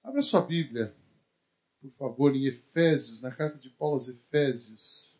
Abra sua Bíblia, por favor, em Efésios, na carta de Paulo aos Efésios.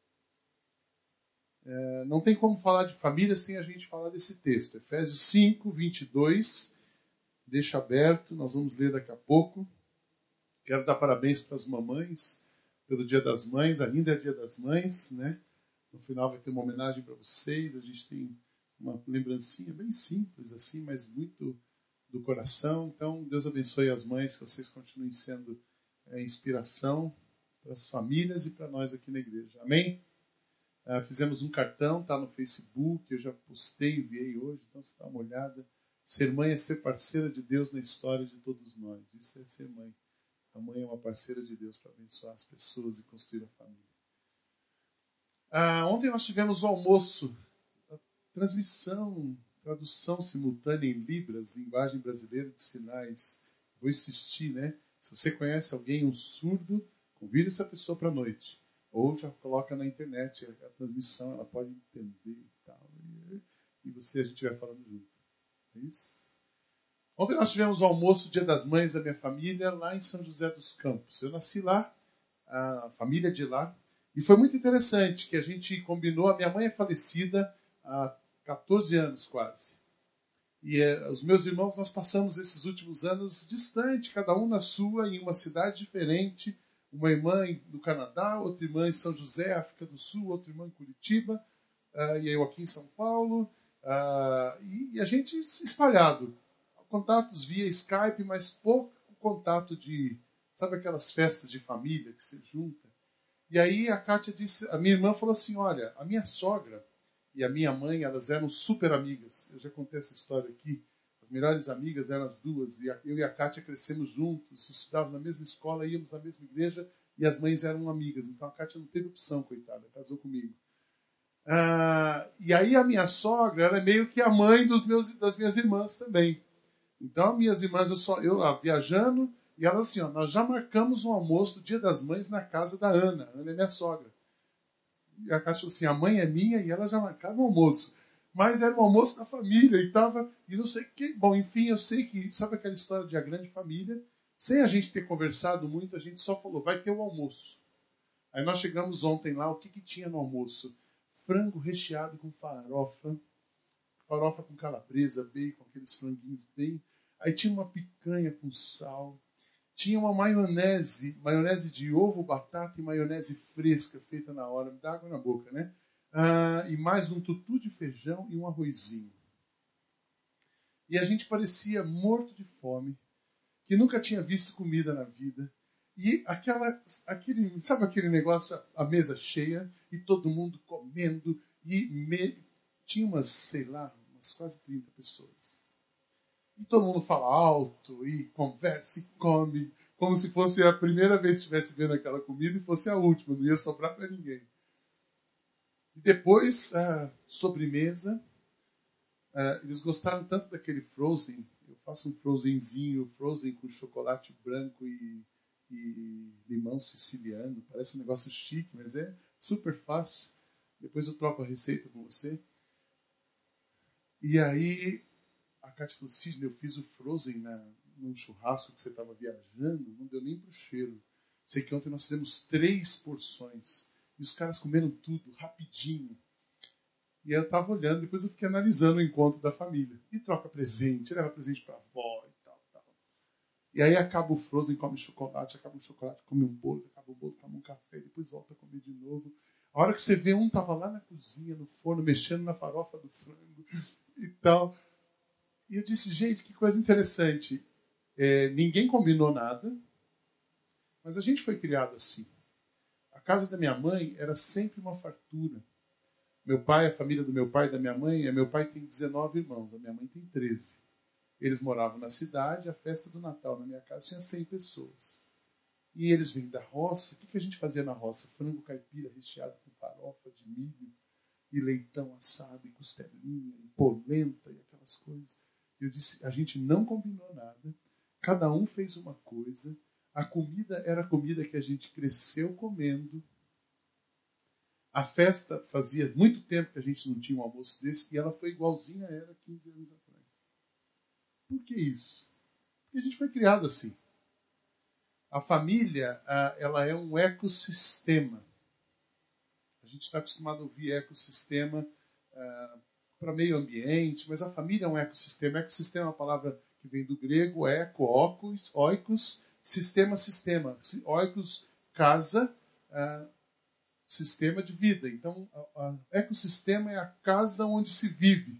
Não tem como falar de família sem a gente falar desse texto. Efésios 5, 22. Deixa aberto, nós vamos ler daqui a pouco. Quero dar parabéns para as mamães pelo Dia das Mães. Ainda é Dia das Mães, né? No final vai ter uma homenagem para vocês. A gente tem uma lembrancinha bem simples, assim, mas muito do coração. Então, Deus abençoe as mães, que vocês continuem sendo inspiração para as famílias e para nós aqui na igreja. Amém? Fizemos um cartão, está no Facebook, eu já postei, enviei hoje, então você dá uma olhada. Ser mãe é ser parceira de Deus na história de todos nós. Isso é ser mãe. A mãe é uma parceira de Deus para abençoar as pessoas e construir a família. Ontem nós tivemos o almoço, a transmissão, tradução simultânea em Libras, linguagem brasileira de sinais. Vou insistir, né? Se você conhece alguém, um surdo, convide essa pessoa para a noite. Ou já coloca na internet a transmissão, ela pode entender e tal. E a gente vai falando junto. É isso? Ontem nós tivemos o almoço, Dia das Mães da minha família, lá em São José dos Campos. Eu nasci lá, a família de lá. E foi muito interessante que a gente combinou. A minha mãe é falecida há 14 anos quase. E os meus irmãos, nós passamos esses últimos anos distante, cada um na sua, em uma cidade diferente. Uma irmã no Canadá, outra irmã em São José, África do Sul, outra irmã em Curitiba, e eu aqui em São Paulo. E a gente espalhado. Contatos via Skype, mas pouco contato de... Sabe aquelas festas de família que se junta? E aí a Kátia disse... A minha irmã falou assim, olha, a minha sogra e a minha mãe, elas eram super amigas. Eu já contei essa história aqui. As melhores amigas eram as duas. E eu e a Kátia crescemos juntos, estudávamos na mesma escola, íamos na mesma igreja, e as mães eram amigas. Então a Kátia não teve opção, coitada, casou comigo. E aí a minha sogra era meio que a mãe das minhas irmãs também. Então, minhas irmãs, eu lá viajando, e elas assim, ó, nós já marcamos um almoço do Dia das Mães na casa da Ana. A Ana é minha sogra. E a Kátia falou assim, a mãe é minha e elas já marcaram o almoço. Mas era um almoço da família e não sei o que. Bom, enfim, eu sei que, sabe aquela história de a grande família? Sem a gente ter conversado muito, a gente só falou, vai ter o almoço. Aí nós chegamos ontem lá, o que tinha no almoço? Frango recheado com farofa com calabresa, bacon, aqueles franguinhos bem... Aí tinha uma picanha com sal, tinha uma maionese de ovo, batata e maionese fresca, feita na hora, me dá água na boca, né? E mais um tutu de feijão e um arrozinho. E a gente parecia morto de fome, que nunca tinha visto comida na vida. E sabe aquele negócio, a mesa cheia, e todo mundo comendo, tinha umas quase 30 pessoas. E todo mundo fala alto, e conversa, e come, como se fosse a primeira vez que estivesse vendo aquela comida e fosse a última, não ia sobrar para ninguém. E depois, sobremesa, eles gostaram tanto daquele frozen, eu faço um frozen com chocolate branco e limão siciliano, parece um negócio chique, mas é super fácil. Depois eu troco a receita com você. E aí a Kátia falou, Sidney, eu fiz o frozen num churrasco que você estava viajando, não deu nem pro cheiro. Sei que ontem nós fizemos 3 porções. E os caras comeram tudo, rapidinho. E eu estava olhando, depois eu fiquei analisando o encontro da família. E troca presente, leva presente para a avó e tal. E aí acaba o frozen, come chocolate, acaba o chocolate, come um bolo, acaba o bolo, toma um café, depois volta a comer de novo. A hora que você vê, um estava lá na cozinha, no forno, mexendo na farofa do frango e tal. E eu disse, gente, que coisa interessante. Ninguém combinou nada, mas a gente foi criado assim. A casa da minha mãe era sempre uma fartura. Meu pai, a família do meu pai e da minha mãe, meu pai tem 19 irmãos, a minha mãe tem 13. Eles moravam na cidade, a festa do Natal na minha casa tinha 100 pessoas. E eles vêm da roça. O que a gente fazia na roça? Frango caipira recheado com farofa de milho, e leitão assado, e costelinha, e polenta, e aquelas coisas. Eu disse, a gente não combinou nada, cada um fez uma coisa, a comida era a comida que a gente cresceu comendo. A festa fazia muito tempo que a gente não tinha um almoço desse, e ela foi igualzinha era 15 anos atrás. Por que isso? Porque a gente foi criado assim. A família, ela é um ecossistema. A gente está acostumado a ouvir ecossistema para meio ambiente, mas a família é um ecossistema. Ecossistema é uma palavra que vem do grego, eco, oikos, sistema, sistema. Oikos, casa, sistema de vida. Então, ecossistema é a casa onde se vive.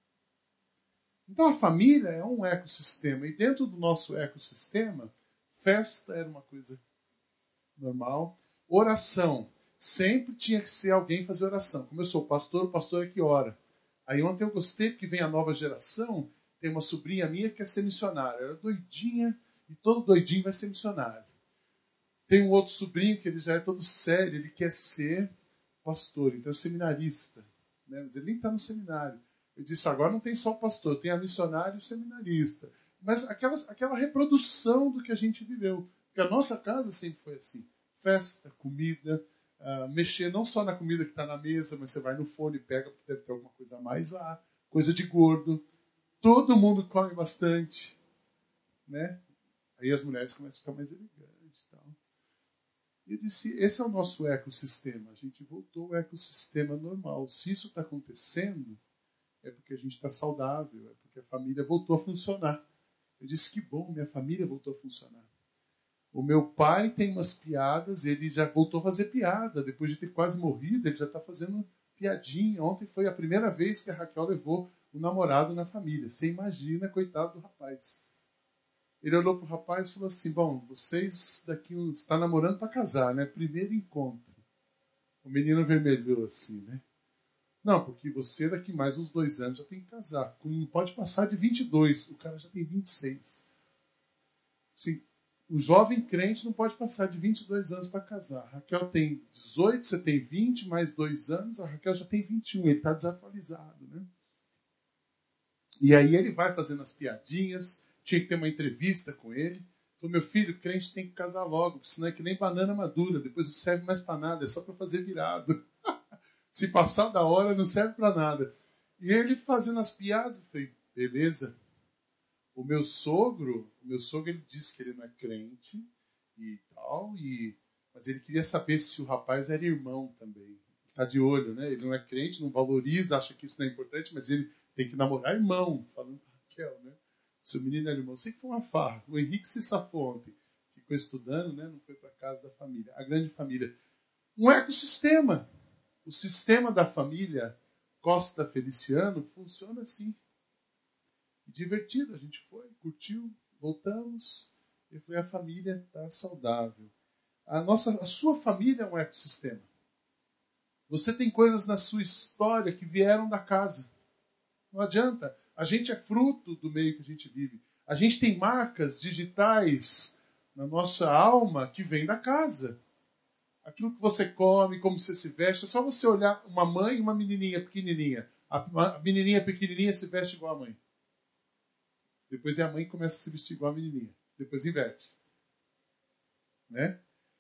Então, a família é um ecossistema. E dentro do nosso ecossistema, festa era uma coisa normal. Oração. Sempre tinha que ser alguém fazer oração. Como eu sou pastor, o pastor é que ora. Aí ontem eu gostei, porque vem a nova geração. Tem uma sobrinha minha que quer ser missionária. Ela é doidinha, e todo doidinho vai ser missionário. Tem um outro sobrinho que ele já é todo sério, ele quer ser pastor, então é seminarista. Né? Mas ele nem está no seminário. Eu disse, agora não tem só o pastor, tem a missionária e o seminarista. Mas aquela reprodução do que a gente viveu. Porque a nossa casa sempre foi assim. Festa, comida, mexer não só na comida que está na mesa, mas você vai no fone e pega, porque deve ter alguma coisa a mais lá. Coisa de gordo. Todo mundo come bastante. Né? Aí as mulheres começam a ficar mais elegantes e tal. E eu disse, esse é o nosso ecossistema. A gente voltou ao ecossistema normal. Se isso está acontecendo, é porque a gente está saudável, é porque a família voltou a funcionar. Eu disse, que bom, minha família voltou a funcionar. O meu pai tem umas piadas, ele já voltou a fazer piada. Depois de ter quase morrido, ele já está fazendo piadinha. Ontem foi a primeira vez que a Raquel levou o namorado na família. Você imagina, coitado do rapaz. Ele olhou para o rapaz e falou assim, bom, vocês daqui estão namorando para casar, né? Primeiro encontro. O menino vermelhou assim, né? Não, porque você daqui mais uns 2 anos já tem que casar. Não pode passar de 22. O cara já tem 26. Assim, o jovem crente não pode passar de 22 anos para casar. A Raquel tem 18, você tem 20, mais 2 anos. A Raquel já tem 21. Ele está desatualizado, né? E aí ele vai fazendo as piadinhas. Tinha que ter uma entrevista com ele. Falou, meu filho, crente tem que casar logo, senão é que nem banana madura. Depois não serve mais para nada, é só para fazer virado. Se passar da hora, não serve para nada. E ele fazendo as piadas, eu falei, beleza. O meu sogro, ele disse que ele não é crente e tal, mas ele queria saber se o rapaz era irmão também. Está de olho, né? Ele não é crente, não valoriza, acha que isso não é importante, mas ele tem que namorar irmão, falando para Raquel, né? Se o menino era irmão, sei que foi uma farra. O Henrique se safou ontem. Ficou estudando, né? Não foi para casa da família. A grande família. Um ecossistema. O sistema da família Costa Feliciano funciona assim. Divertido, a gente foi, curtiu, voltamos. Eu falei, a família está saudável. A sua família é um ecossistema. Você tem coisas na sua história que vieram da casa. Não adianta. A gente é fruto do meio que a gente vive. A gente tem marcas digitais na nossa alma que vêm da casa. Aquilo que você come, como você se veste, é só você olhar uma mãe e uma menininha pequenininha. A menininha pequenininha se veste igual a mãe. Depois é a mãe que começa a se vestir igual a menininha. Depois inverte. Né?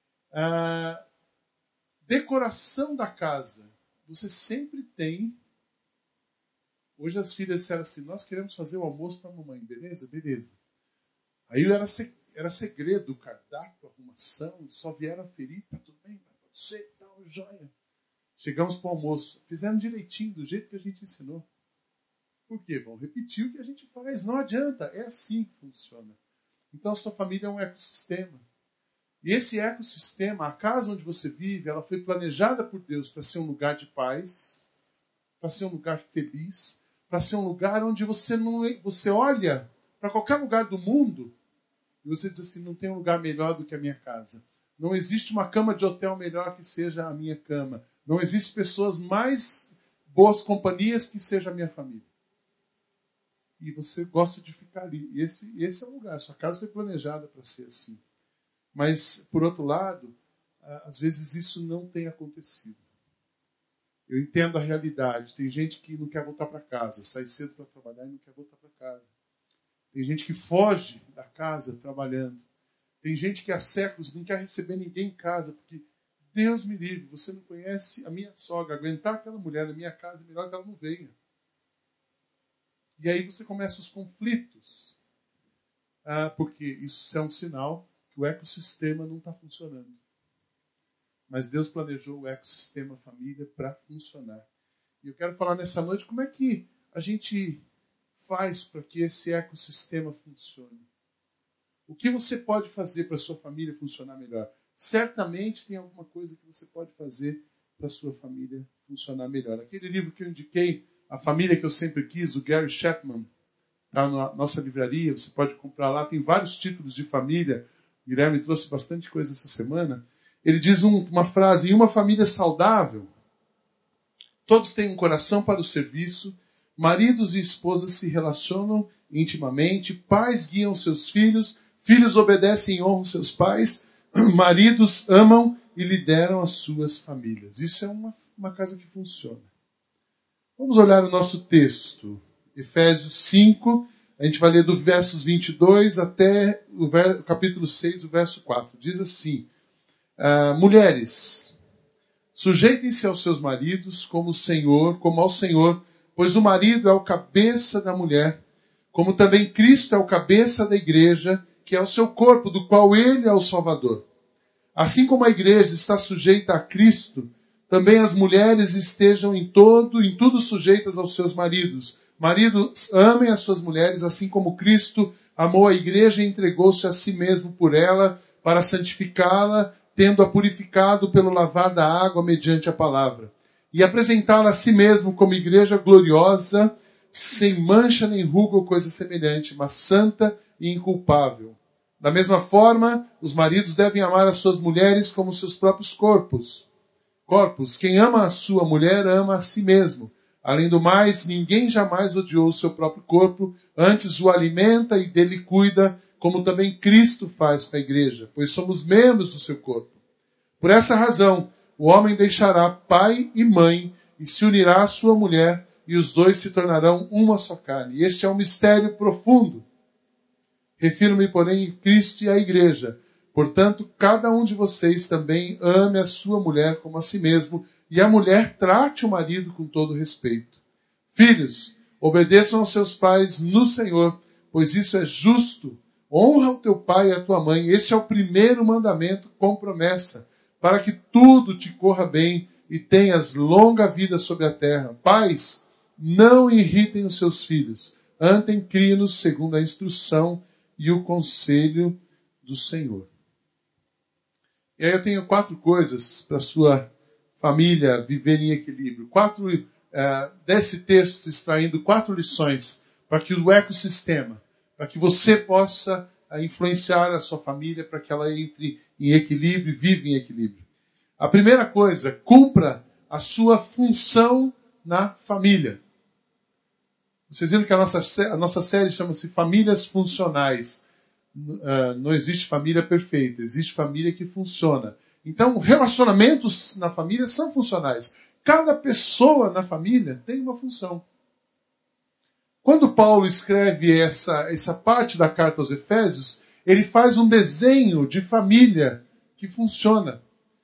Decoração da casa. Você sempre tem. Hoje as filhas disseram assim, nós queremos fazer o almoço para a mamãe. Beleza? Beleza. Aí era segredo, o cardápio, a arrumação, só vieram ferir, tá tudo bem, pode ser, tal, joia. Chegamos para o almoço, fizeram direitinho, do jeito que a gente ensinou. Por quê? Vão repetir o que a gente faz, não adianta, é assim que funciona. Então a sua família é um ecossistema. E esse ecossistema, a casa onde você vive, ela foi planejada por Deus para ser um lugar de paz, para ser um lugar feliz, para ser um lugar onde você olha para qualquer lugar do mundo e você diz assim, não tem um lugar melhor do que a minha casa. Não existe uma cama de hotel melhor que seja a minha cama. Não existe pessoas mais boas companhias que seja a minha família. E você gosta de ficar ali. E esse é o lugar. Sua casa foi planejada para ser assim. Mas, por outro lado, às vezes isso não tem acontecido. Eu entendo a realidade. Tem gente que não quer voltar para casa, sai cedo para trabalhar e não quer voltar para casa. Tem gente que foge da casa trabalhando. Tem gente que há séculos não quer receber ninguém em casa, porque Deus me livre, você não conhece a minha sogra. Aguentar aquela mulher na minha casa é melhor que ela não venha. E aí você começa os conflitos. Porque isso é um sinal que o ecossistema não está funcionando. Mas Deus planejou o ecossistema família para funcionar. E eu quero falar nessa noite como é que a gente faz para que esse ecossistema funcione. O que você pode fazer para a sua família funcionar melhor? Certamente tem alguma coisa que você pode fazer para a sua família funcionar melhor. Aquele livro que eu indiquei, A Família que eu Sempre Quis, do Gary Chapman, está na nossa livraria, você pode comprar lá, tem vários títulos de família. O Guilherme trouxe bastante coisa essa semana. Ele diz uma frase: em uma família saudável, todos têm um coração para o serviço, maridos e esposas se relacionam intimamente, pais guiam seus filhos, filhos obedecem e honram seus pais, maridos amam e lideram as suas famílias. Isso é uma casa que funciona. Vamos olhar o nosso texto. Efésios 5, a gente vai ler do versos 22 até o capítulo 6, o verso 4. Diz assim: mulheres, sujeitem-se aos seus maridos como ao Senhor, pois o marido é o cabeça da mulher, como também Cristo é o cabeça da igreja, que é o seu corpo, do qual ele é o Salvador. Assim como a igreja está sujeita a Cristo, também as mulheres estejam em tudo sujeitas aos seus maridos. Maridos, amem as suas mulheres, assim como Cristo amou a igreja e entregou-se a si mesmo por ela, para santificá-la, tendo-a purificado pelo lavar da água mediante a palavra. E apresentá-la a si mesmo como igreja gloriosa, sem mancha nem ruga ou coisa semelhante, mas santa e inculpável. Da mesma forma, os maridos devem amar as suas mulheres como seus próprios corpos. Quem ama a sua mulher ama a si mesmo. Além do mais, ninguém jamais odiou o seu próprio corpo, antes o alimenta e dele cuida, como também Cristo faz com a igreja, pois somos membros do seu corpo. Por essa razão, o homem deixará pai e mãe e se unirá à sua mulher, e os dois se tornarão uma só carne. E este é um mistério profundo. Refiro-me, porém, em Cristo e à igreja. Portanto, cada um de vocês também ame a sua mulher como a si mesmo, e a mulher trate o marido com todo respeito. Filhos, obedeçam aos seus pais no Senhor, pois isso é justo. Honra o teu pai e a tua mãe. Este é o primeiro mandamento com promessa, para que tudo te corra bem e tenhas longa vida sobre a terra. Pais, não irritem os seus filhos. Antes, criem-nos segundo a instrução e o conselho do Senhor. E aí eu tenho 4 coisas para a sua família viver em equilíbrio. Desse texto, extraindo 4 lições para que o ecossistema, para que você possa influenciar a sua família, para que ela entre em equilíbrio, viva em equilíbrio. A primeira coisa, cumpra a sua função na família. Vocês viram que a nossa série chama-se Famílias Funcionais. Não existe família perfeita, existe família que funciona. Então, relacionamentos na família são funcionais. Cada pessoa na família tem uma função. Quando Paulo escreve essa parte da carta aos Efésios, ele faz um desenho de família que funciona.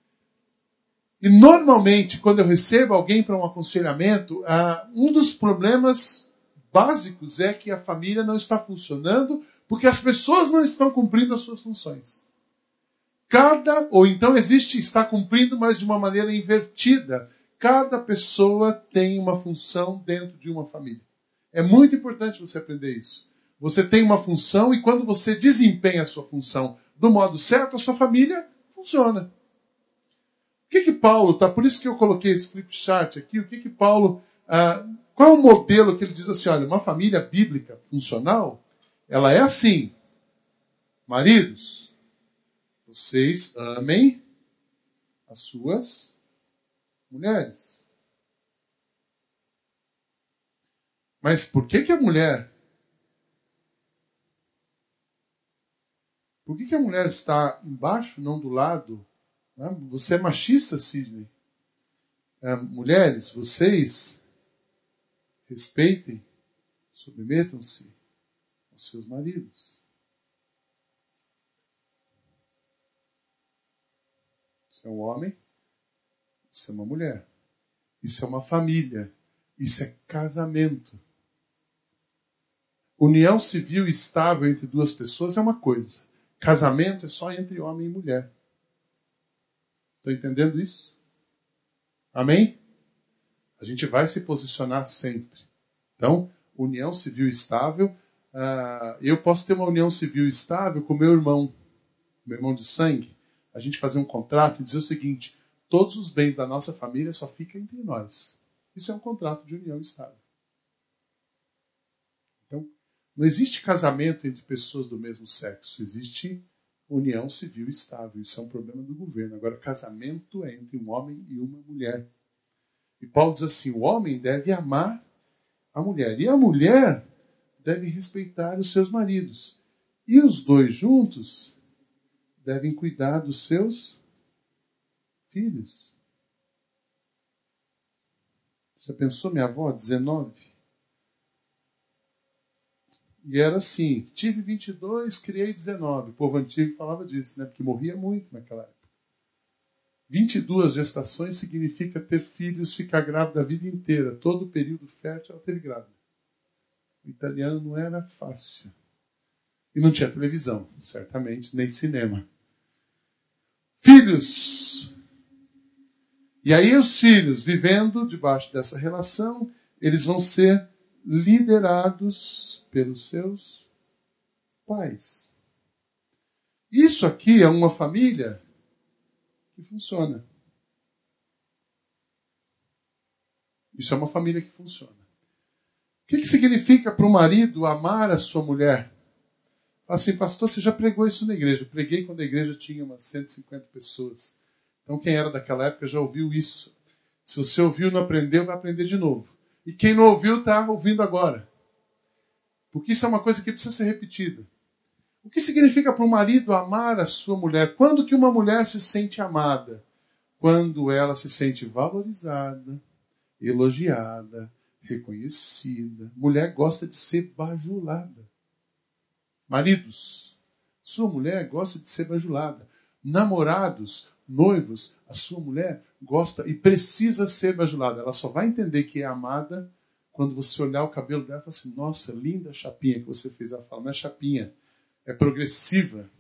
E normalmente, quando eu recebo alguém para um aconselhamento, um dos problemas básicos é que a família não está funcionando porque as pessoas não estão cumprindo as suas funções. Ou então está cumprindo, mas de uma maneira invertida. Cada pessoa tem uma função dentro de uma família. É muito importante você aprender isso. Você tem uma função e quando você desempenha a sua função do modo certo, a sua família funciona. O que Paulo, por isso que eu coloquei esse flip chart aqui, Paulo, qual é o modelo que ele diz assim, olha, uma família bíblica funcional, ela é assim, maridos, vocês amem as suas mulheres. Mas por que a mulher? Por que a mulher está embaixo, não do lado? Você é machista, Sidney. Mulheres, vocês respeitem, submetam-se aos seus maridos. Isso é um homem, isso é uma mulher, isso é uma família, isso é casamento. União civil estável entre duas pessoas é uma coisa. Casamento é só entre homem e mulher. Estão entendendo isso? Amém? A gente vai se posicionar sempre. Então, união civil estável. Eu posso ter uma união civil estável com meu irmão de sangue. A gente fazer um contrato e dizer o seguinte: todos os bens da nossa família só ficam entre nós. Isso é um contrato de união estável. Então, não existe casamento entre pessoas do mesmo sexo. Existe união civil estável. Isso é um problema do governo. Agora, casamento é entre um homem e uma mulher. E Paulo diz assim: o homem deve amar a mulher. E a mulher deve respeitar os seus maridos. E os dois juntos devem cuidar dos seus filhos. Você já pensou, minha avó, 19? E era assim: tive 22, criei 19. O povo antigo falava disso, né? Porque morria muito naquela época. 22 gestações significa ter filhos, ficar grávida a vida inteira. Todo o período fértil ela teve grávida. O italiano não era fácil. E não tinha televisão, certamente, nem cinema. Filhos. E aí os filhos, vivendo debaixo dessa relação, eles vão ser liderados pelos seus pais. Isso aqui é uma família que funciona. Isso é uma família que funciona. O que significa para o marido amar a sua mulher? Assim, pastor, você já pregou isso na igreja. Eu preguei quando a igreja tinha umas 150 pessoas. Então, quem era daquela época já ouviu isso. Se você ouviu e não aprendeu, vai aprender de novo. E quem não ouviu, está ouvindo agora. Porque isso é uma coisa que precisa ser repetida. O que significa para um marido amar a sua mulher? Quando que uma mulher se sente amada? Quando ela se sente valorizada, elogiada, reconhecida. Mulher gosta de ser bajulada. Maridos, sua mulher gosta de ser bajulada. Namorados, noivos, a sua mulher gosta e precisa ser bajulada. Ela só vai entender que é amada quando você olhar o cabelo dela e falar assim: nossa, linda chapinha que você fez. Ela fala: não é chapinha, é progressiva.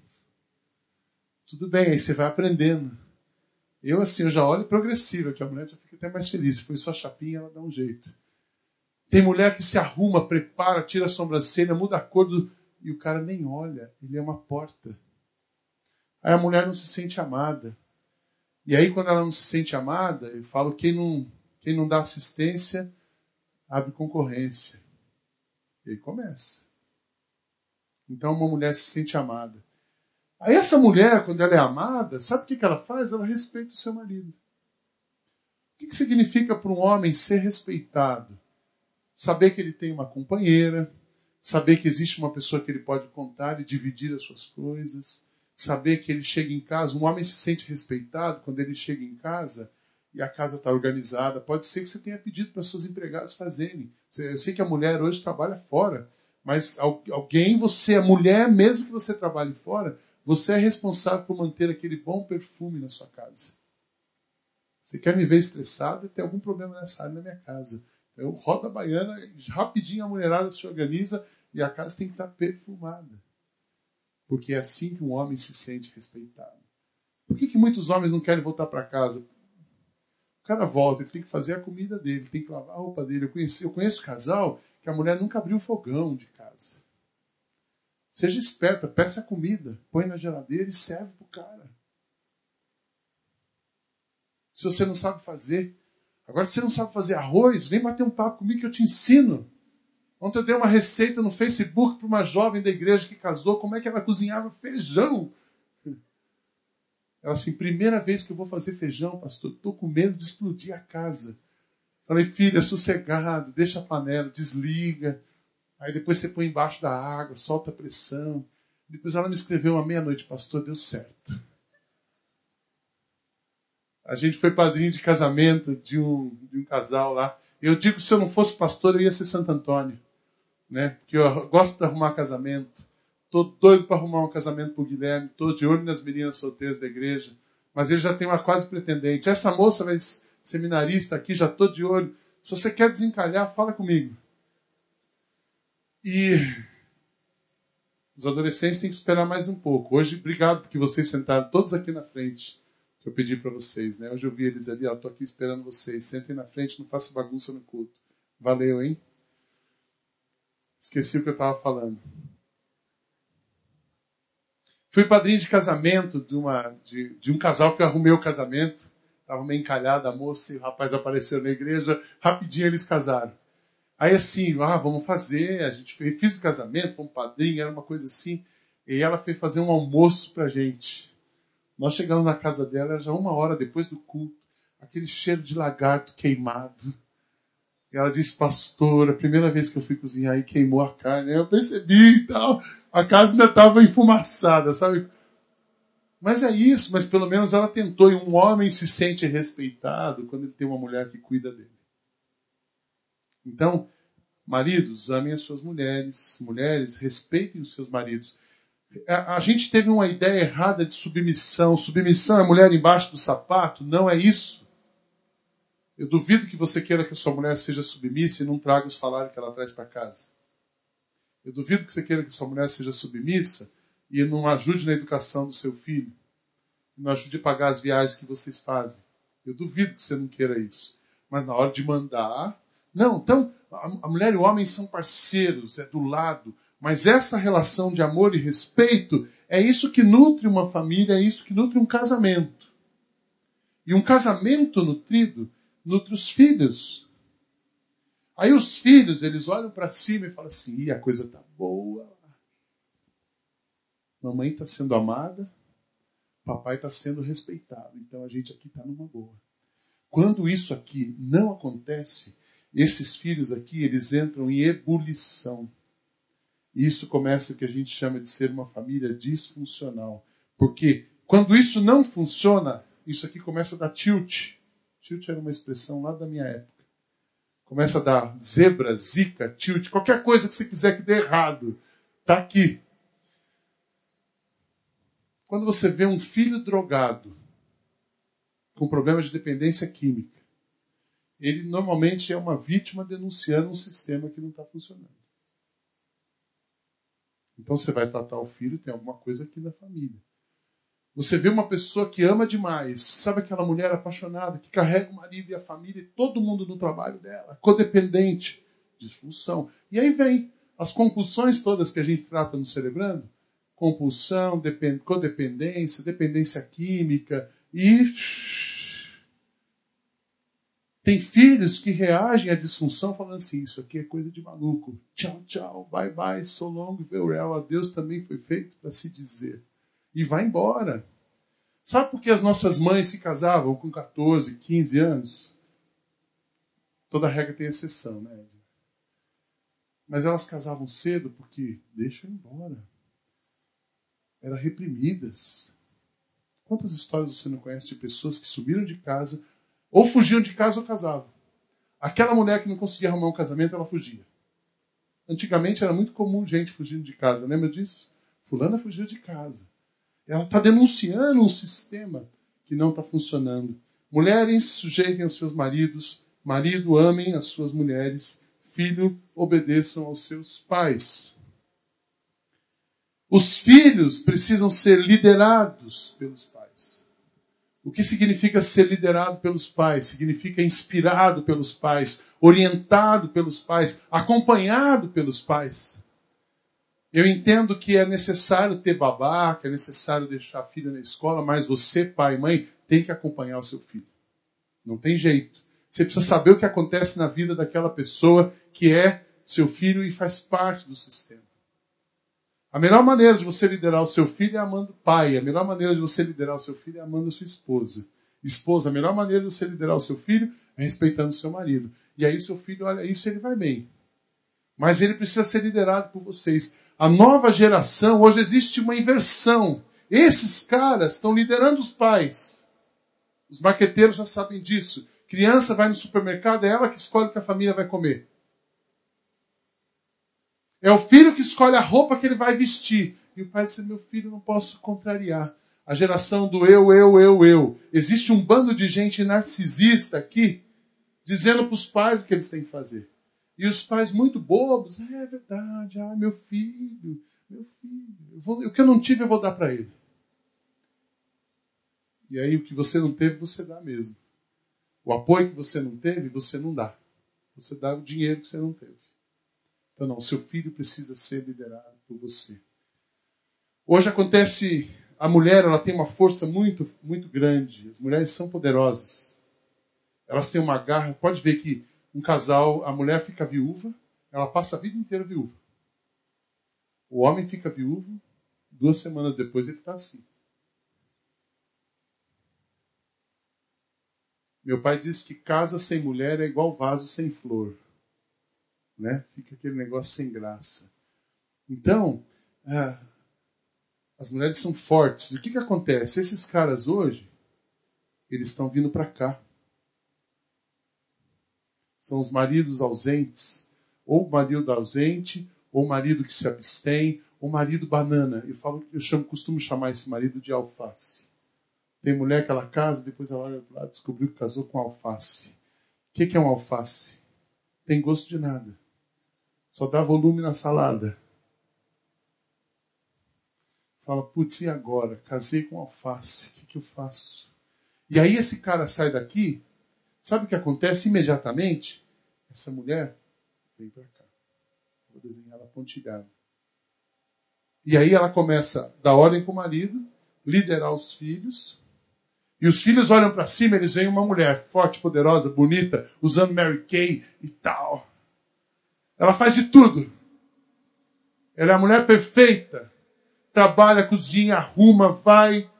Tudo bem, aí você vai aprendendo. Eu já olho progressiva, que a mulher já fica até mais feliz. Se foi só chapinha, ela dá um jeito. Tem mulher que se arruma, prepara, tira a sobrancelha, muda a cor do... E o cara nem olha, ele é uma porta. Aí a mulher não se sente amada. E aí quando ela não se sente amada, eu falo, quem não dá assistência, abre concorrência. E aí começa. Então uma mulher se sente amada. Aí essa mulher, quando ela é amada, sabe o que ela faz? Ela respeita o seu marido. O que significa para um homem ser respeitado? Saber que ele tem uma companheira, saber que existe uma pessoa que ele pode contar e dividir as suas coisas, saber que ele chega em casa, um homem se sente respeitado quando ele chega em casa e a casa está organizada. Pode ser que você tenha pedido para suas empregadas fazerem. Eu sei que a mulher hoje trabalha fora, mas alguém, você, a mulher, mesmo que você trabalhe fora, você é responsável por manter aquele bom perfume na sua casa. Você quer me ver estressado e tem algum problema nessa área na minha casa. Eu rodo a baiana, rapidinho a mulherada se organiza e a casa tem que estar perfumada. Porque é assim que um homem se sente respeitado. Por que muitos homens não querem voltar para casa? O cara volta, ele tem que fazer a comida dele, tem que lavar a roupa dele. Eu conheço casal que a mulher nunca abriu o fogão de casa. Seja esperta, peça a comida, põe na geladeira e serve para o cara. Se você não sabe fazer. Agora, se você não sabe fazer arroz, vem bater um papo comigo que eu te ensino. Ontem eu dei uma receita no Facebook para uma jovem da igreja que casou, como é que ela cozinhava feijão. Ela assim, primeira vez que eu vou fazer feijão, pastor, estou com medo de explodir a casa. Falei, filha, sossegado, deixa a panela, desliga. Aí depois você põe embaixo da água, solta a pressão. Depois ela me escreveu à meia-noite, pastor, deu certo. A gente foi padrinho de casamento de um casal lá. Eu digo que se eu não fosse pastor, eu ia ser Santo Antônio. Né? Porque eu gosto de arrumar casamento. Estou doido para arrumar um casamento para o Guilherme. Estou de olho nas meninas solteiras da igreja. Mas ele já tem uma quase pretendente. Essa moça vai seminarista aqui, já estou de olho. Se você quer desencalhar, fala comigo. E Os adolescentes têm que esperar mais um pouco. Hoje, obrigado porque vocês sentaram todos aqui na frente, que eu pedi para vocês, né? Hoje eu vi eles ali, estou aqui esperando vocês. Sentem na frente, não façam bagunça no culto. Valeu, hein? Esqueci o que eu estava falando. Fui padrinho de casamento de um casal que eu arrumei o casamento. Estava meio encalhada a moça e o rapaz apareceu na igreja. Rapidinho eles casaram. Aí assim, vamos fazer. A gente fiz o casamento, fomos padrinho, era uma coisa assim. E ela fez fazer um almoço pra gente. Nós chegamos na casa dela, era já 1 hora depois do culto. Aquele cheiro de lagarto queimado. E ela disse, pastor, a primeira vez que eu fui cozinhar e queimou a carne. Eu percebi e tal. A casa ainda estava enfumaçada, sabe? Mas é isso, mas pelo menos ela tentou. E um homem se sente respeitado quando ele tem uma mulher que cuida dele. Então, maridos, amem as suas mulheres. Mulheres, respeitem os seus maridos. A gente teve uma ideia errada de submissão. Submissão é mulher embaixo do sapato? Não é isso. Eu duvido que você queira que a sua mulher seja submissa e não traga o salário que ela traz para casa. Eu duvido que você queira que sua mulher seja submissa e não ajude na educação do seu filho. Não ajude a pagar as viagens que vocês fazem. Eu duvido que você não queira isso. Mas na hora de mandar... Não, então, a mulher e o homem são parceiros, é do lado. Mas essa relação de amor e respeito é isso que nutre uma família, é isso que nutre um casamento. E um casamento nutrido nutre os filhos. Aí os filhos, eles olham para cima e falam assim, a coisa tá boa. Mamãe está sendo amada, papai está sendo respeitado. Então a gente aqui está numa boa. Quando isso aqui não acontece, esses filhos aqui, eles entram em ebulição. E isso começa o que a gente chama de ser uma família disfuncional. Porque quando isso não funciona, isso aqui começa a dar tilt. Tilt era uma expressão lá da minha época. Começa a dar zebra, zica, tilt, qualquer coisa que você quiser que dê errado. Está aqui. Quando você vê um filho drogado, com problema de dependência química, ele normalmente é uma vítima denunciando um sistema que não está funcionando. Então você vai tratar o filho, tem alguma coisa aqui na família. Você vê uma pessoa que ama demais, sabe aquela mulher apaixonada, que carrega o marido e a família e todo mundo no trabalho dela, codependente, disfunção. E aí vem as compulsões todas que a gente trata no Celebrando, compulsão, codependência, dependência química e... Tem filhos que reagem à disfunção falando assim, isso aqui é coisa de maluco. Tchau, tchau, bye, bye, so long, farewell. Adeus também foi feito para se dizer. E vai embora. Sabe por que as nossas mães se casavam com 14, 15 anos? Toda regra tem exceção, né? Mas elas casavam cedo porque deixam embora. Eram reprimidas. Quantas histórias você não conhece de pessoas que subiram de casa, ou fugiam de casa ou casavam? Aquela mulher que não conseguia arrumar um casamento, ela fugia. Antigamente era muito comum gente fugindo de casa. Lembra disso? Fulana fugiu de casa. Ela está denunciando um sistema que não está funcionando. Mulheres, sujeitem aos seus maridos. Marido, amem as suas mulheres. Filho, obedeçam aos seus pais. Os filhos precisam ser liderados pelos pais. O que significa ser liderado pelos pais? Significa inspirado pelos pais, orientado pelos pais, acompanhado pelos pais. Eu entendo que é necessário ter babá, que é necessário deixar filho na escola, mas você, pai e mãe, tem que acompanhar o seu filho. Não tem jeito. Você precisa saber o que acontece na vida daquela pessoa que é seu filho e faz parte do sistema. A melhor maneira de você liderar o seu filho é amando o pai. A melhor maneira de você liderar o seu filho é amando a sua esposa. Esposa, a melhor maneira de você liderar o seu filho é respeitando o seu marido. E aí o seu filho olha isso e ele vai bem. Mas ele precisa ser liderado por vocês. A nova geração, hoje existe uma inversão. Esses caras estão liderando os pais. Os marqueteiros já sabem disso. Criança vai no supermercado, é ela que escolhe o que a família vai comer. É o filho que escolhe a roupa que ele vai vestir. E o pai diz, meu filho, não posso contrariar. A geração do eu. Existe um bando de gente narcisista aqui, dizendo para os pais o que eles têm que fazer. E os pais muito bobos, é verdade, meu filho, Meu filho, o que eu não tive eu vou dar para ele. E aí o que você não teve, você dá mesmo. O apoio que você não teve, você não dá. Você dá o dinheiro que você não teve. Então não, seu filho precisa ser liderado por você. Hoje acontece, a mulher ela tem uma força muito, muito grande. As mulheres são poderosas. Elas têm uma garra. Pode ver que um casal, a mulher fica viúva, ela passa a vida inteira viúva. O homem fica viúvo, 2 semanas depois ele está assim. Meu pai disse que casa sem mulher é igual vaso sem flor. Né? Fica aquele negócio sem graça. Então, as mulheres são fortes. E o que acontece? Esses caras hoje, eles estão vindo para cá. São os maridos ausentes. Ou o marido ausente, ou o marido que se abstém, ou o marido banana. Costumo chamar esse marido de alface. Tem mulher que ela casa, depois ela olha para o lado e descobriu que casou com alface. O que é um alface? Tem gosto de nada. Só dá volume na salada. Fala, putz, e agora? Casei com alface. O que eu faço? E aí esse cara sai daqui, sabe o que acontece imediatamente? Essa mulher vem para cá. Vou desenhar ela pontilhada. E aí ela começa a dar ordem para o marido, liderar os filhos. E os filhos olham para cima, eles veem uma mulher forte, poderosa, bonita, usando Mary Kay e tal. Ela faz de tudo. Ela é a mulher perfeita. Trabalha, cozinha, arruma, vai.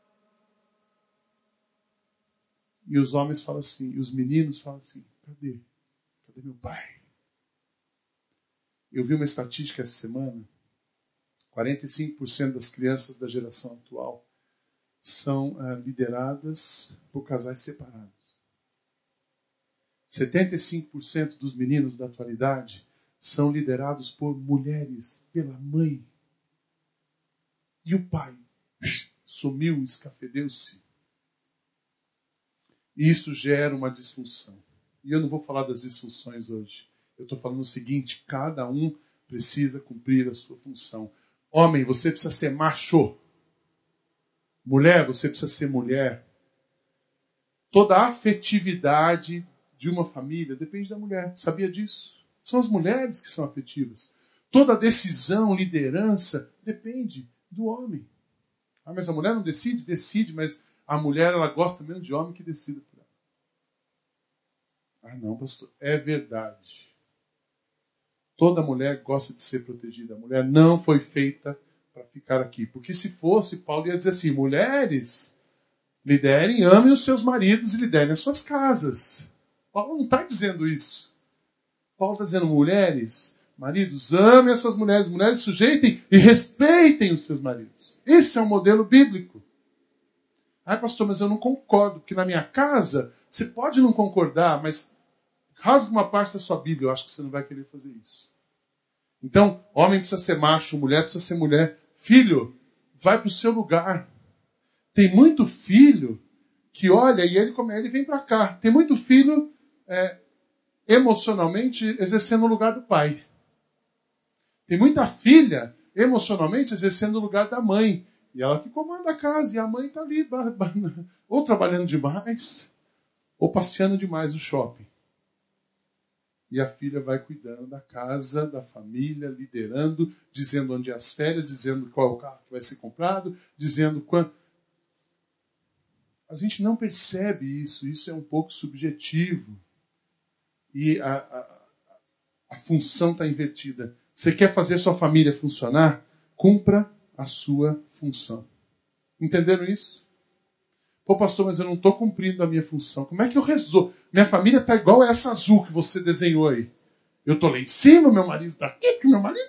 E os homens falam assim, e os meninos falam assim, cadê? Cadê meu pai? Eu vi uma estatística essa semana, 45% das crianças da geração atual são lideradas por casais separados. 75% dos meninos da atualidade são liderados por mulheres, pela mãe. E o pai sumiu, escafedeu-se. E isso gera uma disfunção. E eu não vou falar das disfunções hoje. Eu estou falando o seguinte, cada um precisa cumprir a sua função. Homem, você precisa ser macho. Mulher, você precisa ser mulher. Toda a afetividade de uma família depende da mulher. Sabia disso? São as mulheres que são afetivas. Toda decisão, liderança, depende do homem. Ah, mas a mulher não decide? Decide, mas a mulher ela gosta menos de homem que decida por ela. Ah, não, pastor. É verdade. Toda mulher gosta de ser protegida. A mulher não foi feita para ficar aqui. Porque se fosse, Paulo ia dizer assim, mulheres, liderem, amem os seus maridos e liderem as suas casas. Paulo não está dizendo isso. Paulo está dizendo, mulheres, maridos, amem as suas mulheres. Mulheres, sujeitem e respeitem os seus maridos. Esse é o modelo bíblico. Ah, pastor, mas eu não concordo, porque na minha casa, você pode não concordar, mas rasga uma parte da sua Bíblia, eu acho que você não vai querer fazer isso. Então, homem precisa ser macho, mulher precisa ser mulher. Filho, vai para o seu lugar. Tem muito filho que olha e ele vem para cá. Tem muito filho emocionalmente exercendo o lugar do pai. Tem muita filha emocionalmente exercendo o lugar da mãe. E ela que comanda a casa, e a mãe está ali, ou trabalhando demais, ou passeando demais no shopping. E a filha vai cuidando da casa, da família, liderando, dizendo onde é as férias, dizendo qual é o carro que vai ser comprado, dizendo quanto. A gente não percebe isso, isso é um pouco subjetivo. E a função está invertida. Você quer fazer a sua família funcionar? Cumpra a sua função. Entenderam isso? Pô, pastor, mas eu não estou cumprindo a minha função. Como é que eu resolvo? Minha família está igual a essa azul que você desenhou aí. Eu estou lá em cima, meu marido está aqui, porque meu marido...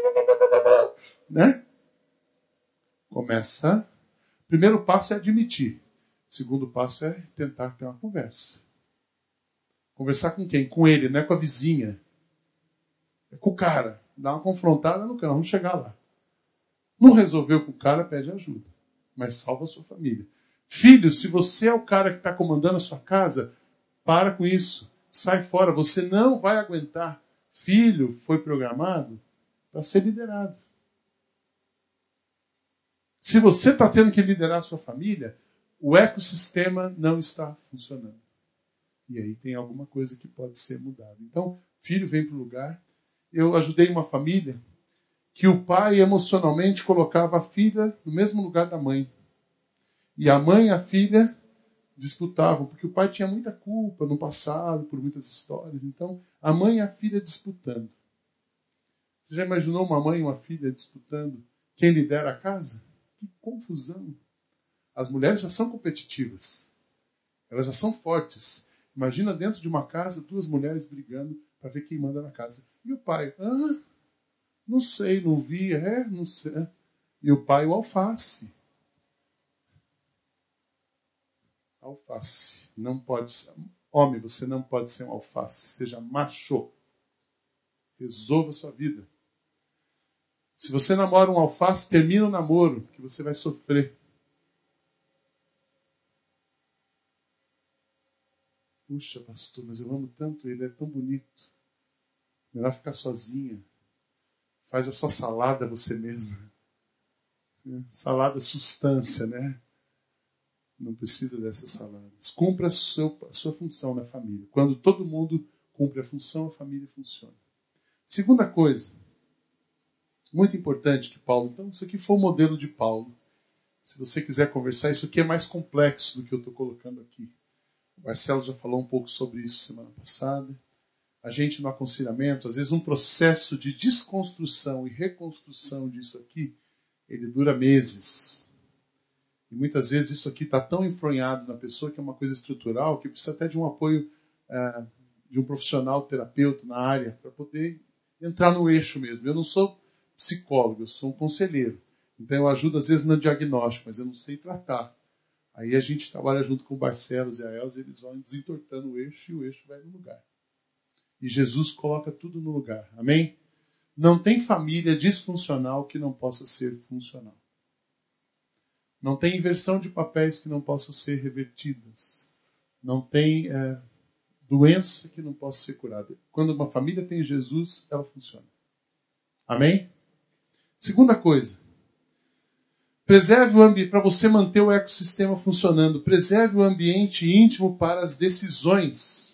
Né? Começa. Primeiro passo é admitir. Segundo passo é tentar ter uma conversa. Conversar com quem? Com ele, não é com a vizinha. É com o cara. Dá uma confrontada no cara, vamos chegar lá. Não resolveu com o cara, pede ajuda. Mas salva a sua família. Filho, se você é o cara que está comandando a sua casa, para com isso. Sai fora, você não vai aguentar. Filho foi programado para ser liderado. Se você está tendo que liderar a sua família, o ecossistema não está funcionando. E aí tem alguma coisa que pode ser mudada. Então, filho vem para o lugar. Eu ajudei uma família que o pai emocionalmente colocava a filha no mesmo lugar da mãe. E a mãe e a filha disputavam, porque o pai tinha muita culpa no passado, por muitas histórias. Então, a mãe e a filha disputando. Você já imaginou uma mãe e uma filha disputando quem lidera a casa? Que confusão. As mulheres já são competitivas. Elas já são fortes. Imagina dentro de uma casa, duas mulheres brigando para ver quem manda na casa. E o pai? Não sei, não vi, não sei. E o pai, o alface. Alface. Não pode ser. Homem, você não pode ser um alface. Seja macho. Resolva a sua vida. Se você namora um alface, termina o namoro, que você vai sofrer. Puxa, pastor, mas eu amo tanto ele, é tão bonito. Melhor ficar sozinha. Faz a sua salada você mesma. Salada é substância, né? Não precisa dessas saladas. Cumpra a sua função na família. Quando todo mundo cumpre a função, a família funciona. Segunda coisa, muito importante que Paulo... Então, isso aqui foi o modelo de Paulo. Se você quiser conversar, isso aqui é mais complexo do que eu estou colocando aqui. O Marcelo já falou um pouco sobre isso semana passada. A gente no aconselhamento, às vezes um processo de desconstrução e reconstrução disso aqui, ele dura meses. E muitas vezes isso aqui está tão enfronhado na pessoa que é uma coisa estrutural, que precisa até de um apoio de um profissional terapeuta na área para poder entrar no eixo mesmo. Eu não sou psicólogo, eu sou um conselheiro. Então eu ajudo às vezes no diagnóstico, mas eu não sei tratar. Aí a gente trabalha junto com o Barcelos e a Elza, eles vão desentortando o eixo e o eixo vai no lugar. E Jesus coloca tudo no lugar. Amém? Não tem família disfuncional que não possa ser funcional. Não tem inversão de papéis que não possam ser revertidas. Não tem doença que não possa ser curada. Quando uma família tem Jesus, ela funciona. Amém? Segunda coisa. Preserve o ambiente, para você manter o ecossistema funcionando, preserve o ambiente íntimo para as decisões.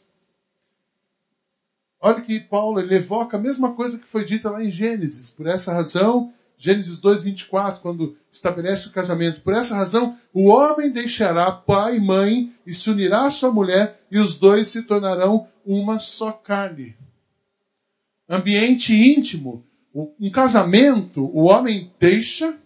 Olha que Paulo ele evoca a mesma coisa que foi dita lá em Gênesis. Por essa razão, Gênesis 2:24, quando estabelece o casamento. Por essa razão, o homem deixará pai e mãe e se unirá à sua mulher e os dois se tornarão uma só carne. Ambiente íntimo. Um casamento, o homem deixa,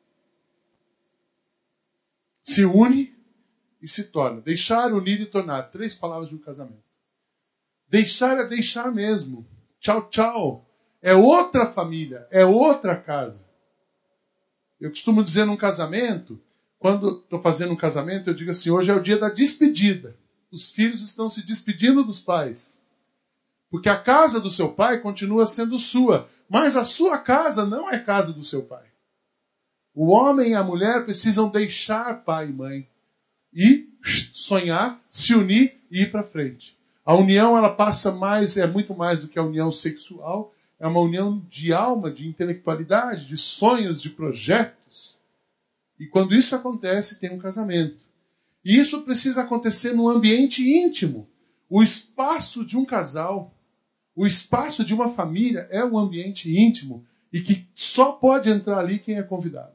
se une e se torna. Deixar, unir e tornar. 3 palavras de um casamento. Deixar é deixar mesmo. Tchau, tchau. É outra família, é outra casa. Eu costumo dizer num casamento, quando estou fazendo um casamento, eu digo assim, hoje é o dia da despedida. Os filhos estão se despedindo dos pais. Porque a casa do seu pai continua sendo sua, mas a sua casa não é casa do seu pai. O homem e a mulher precisam deixar pai e mãe e sonhar, se unir e ir para frente. A união ela passa mais, é muito mais do que a união sexual, é uma união de alma, de intelectualidade, de sonhos, de projetos. E quando isso acontece, tem um casamento. E isso precisa acontecer no ambiente íntimo. O espaço de um casal, o espaço de uma família é um ambiente íntimo e que só pode entrar ali quem é convidado.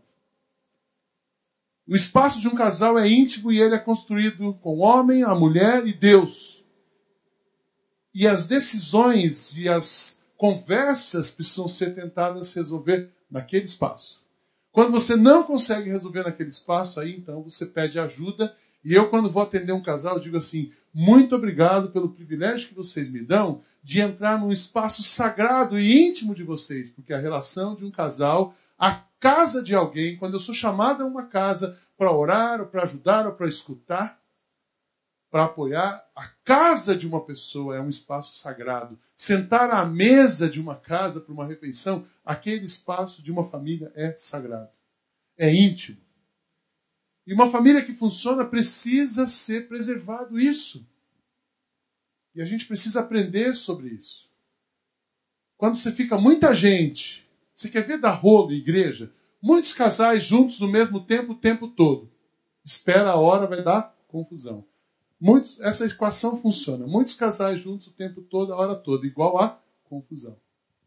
O espaço de um casal é íntimo e ele é construído com o homem, a mulher e Deus. E as decisões e as conversas precisam ser tentadas resolver naquele espaço. Quando você não consegue resolver naquele espaço, aí então você pede ajuda. E eu, quando vou atender um casal, eu digo assim, muito obrigado pelo privilégio que vocês me dão de entrar num espaço sagrado e íntimo de vocês. Porque a relação de um casal, a casa de alguém, quando eu sou chamado a uma casa para orar, ou para ajudar, ou para escutar, para apoiar, a casa de uma pessoa é um espaço sagrado. Sentar à mesa de uma casa para uma refeição, aquele espaço de uma família é sagrado. É íntimo. E uma família que funciona precisa ser preservado isso. E a gente precisa aprender sobre isso. Quando você fica muita gente, você quer ver dar rolo em igreja? Muitos casais juntos no mesmo tempo, o tempo todo. Espera a hora, vai dar confusão. Essa equação funciona. Muitos casais juntos o tempo todo, a hora toda, igual a confusão.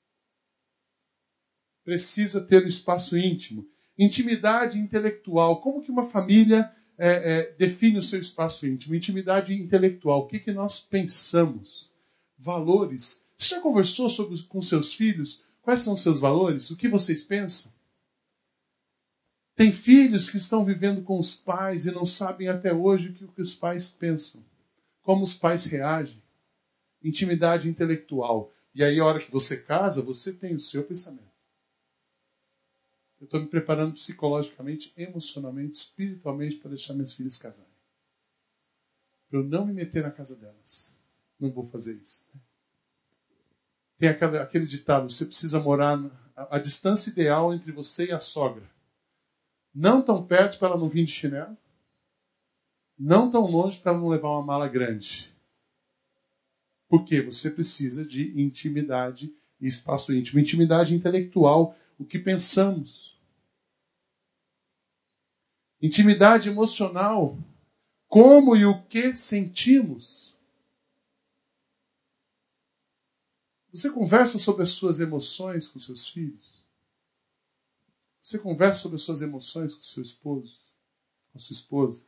Precisa ter um espaço íntimo. Intimidade intelectual. Como que uma família define o seu espaço íntimo? Intimidade intelectual. O que nós pensamos? Valores. Você já conversou com seus filhos? Quais são os seus valores? O que vocês pensam? Tem filhos que estão vivendo com os pais e não sabem até hoje o que os pais pensam. Como os pais reagem. Intimidade intelectual. E aí, a hora que você casa, você tem o seu pensamento. Eu estou me preparando psicologicamente, emocionalmente, espiritualmente para deixar minhas filhas casarem. Para eu não me meter na casa delas. Não vou fazer isso. Tem aquele ditado, você precisa morar a distância ideal entre você e a sogra. Não tão perto para ela não vir de chinelo. Não tão longe para ela não levar uma mala grande. Porque você precisa de intimidade e espaço íntimo. Intimidade intelectual, o que pensamos. Intimidade emocional, como e o que sentimos. Você conversa sobre as suas emoções com seus filhos? Você conversa sobre as suas emoções com seu esposo, com sua esposa?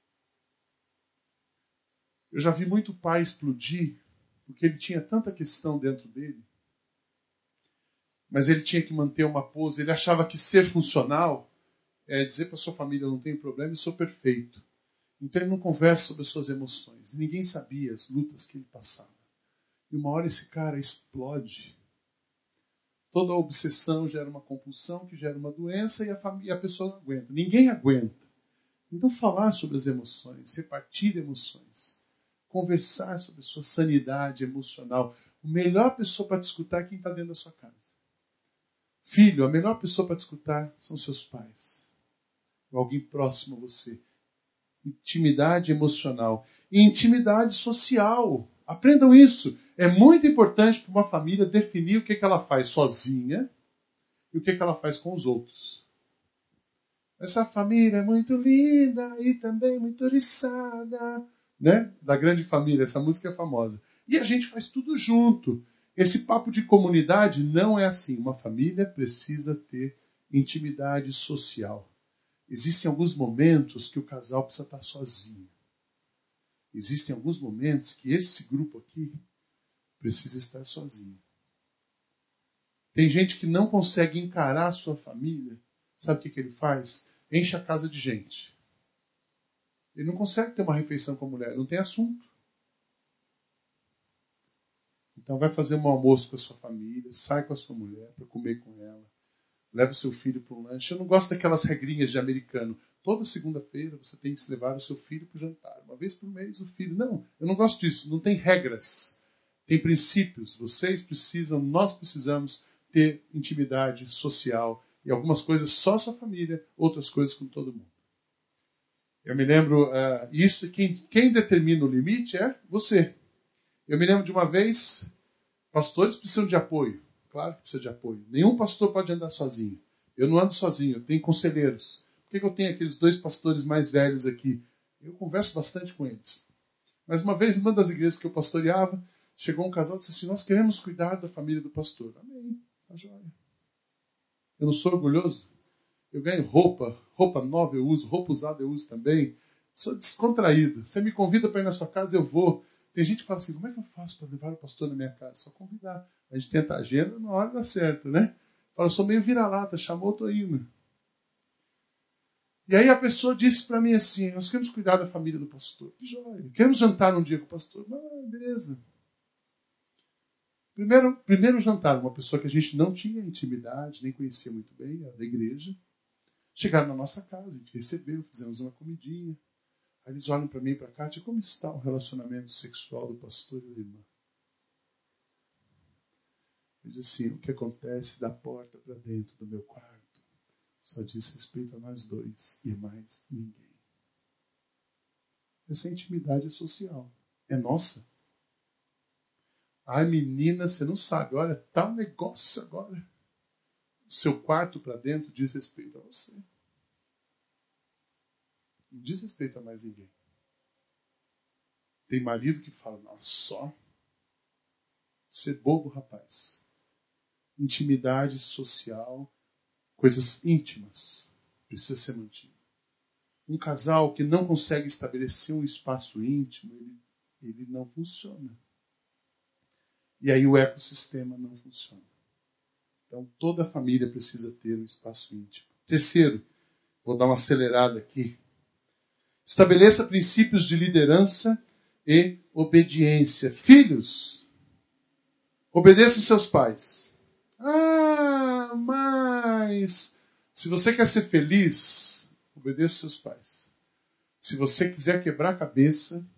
Eu já vi muito pai explodir, porque ele tinha tanta questão dentro dele, mas ele tinha que manter uma pose. Ele achava que ser funcional é dizer para sua família, eu não tenho problema e sou perfeito. Então ele não conversa sobre as suas emoções. Ninguém sabia as lutas que ele passava. E uma hora esse cara explode. Toda a obsessão gera uma compulsão, que gera uma doença, e a pessoa não aguenta. Ninguém aguenta. Então falar sobre as emoções, repartir emoções, conversar sobre a sua sanidade emocional. A melhor pessoa para te escutar é quem está dentro da sua casa. Filho, a melhor pessoa para te escutar são seus pais. Ou alguém próximo a você. Intimidade emocional. E intimidade social. Aprendam isso. É muito importante para uma família definir o que ela faz sozinha e o que ela faz com os outros. Essa família é muito linda e também muito oriçada. Né? Da Grande Família, essa música é famosa. E a gente faz tudo junto. Esse papo de comunidade não é assim. Uma família precisa ter intimidade social. Existem alguns momentos que o casal precisa estar sozinho. Existem alguns momentos que esse grupo aqui precisa estar sozinho. Tem gente que não consegue encarar a sua família. Sabe o que ele faz? Enche a casa de gente. Ele não consegue ter uma refeição com a mulher, não tem assunto. Então vai fazer um almoço com a sua família, sai com a sua mulher para comer com ela, leva o seu filho para um lanche. Eu não gosto daquelas regrinhas de americano. Toda segunda-feira você tem que levar o seu filho para o jantar. Uma vez por mês o filho. Não, eu não gosto disso. Não tem regras. Tem princípios. Nós precisamos ter intimidade social. E algumas coisas só a sua família, outras coisas com todo mundo. Eu me lembro, isso, quem determina o limite é você. Eu me lembro de uma vez, pastores precisam de apoio. Claro que precisa de apoio. Nenhum pastor pode andar sozinho. Eu não ando sozinho, eu tenho conselheiros. Por que eu tenho aqueles 2 pastores mais velhos aqui? Eu converso bastante com eles. Mas uma vez, em uma das igrejas que eu pastoreava, chegou um casal e disse assim, nós queremos cuidar da família do pastor. Amém, tá joia. Eu não sou orgulhoso? Eu ganho roupa nova eu uso, roupa usada eu uso também. Sou descontraído. Você me convida para ir na sua casa, eu vou. Tem gente que fala assim, como é que eu faço para levar o pastor na minha casa? Só convidar. A gente tenta a agenda, na hora dá certo, né? Fala, eu sou meio vira-lata, chamou, tô indo. E aí a pessoa disse para mim assim, nós queremos cuidar da família do pastor. Que joia. Queremos jantar um dia com o pastor. Beleza. Primeiro jantar, uma pessoa que a gente não tinha intimidade, nem conhecia muito bem, era da igreja. Chegaram na nossa casa, a gente recebeu, fizemos uma comidinha. Aí eles olham para mim e para a Kátia, como está o relacionamento sexual do pastor e da irmã? Diz assim, o que acontece da porta para dentro do meu quarto só diz respeito a nós 2 e mais ninguém. Essa intimidade é social. É nossa. Ai, menina, você não sabe. Olha, tá um negócio agora. seu quarto para dentro diz respeito a você. Não diz respeito a mais ninguém. Tem marido que fala, nossa, só ser bobo, rapaz. Intimidade social, coisas íntimas, precisa ser mantida. Um casal que não consegue estabelecer um espaço íntimo, ele não funciona. E aí o ecossistema não funciona. Então toda a família precisa ter um espaço íntimo. Terceiro, vou dar uma acelerada aqui. Estabeleça princípios de liderança e obediência. Filhos, obedeçam seus pais. Ah, mas se você quer ser feliz, obedeça seus pais. Se você quiser quebrar a cabeça...